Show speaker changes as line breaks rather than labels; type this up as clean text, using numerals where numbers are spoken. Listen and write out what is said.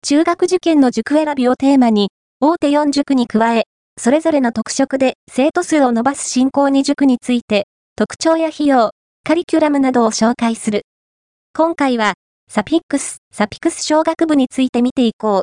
中学受験の塾選びをテーマに、大手4塾に加え、それぞれの特色で生徒数を伸ばす新興2塾について、特徴や費用、カリキュラムなどを紹介する。今回は、サピックス小学部について見ていこう。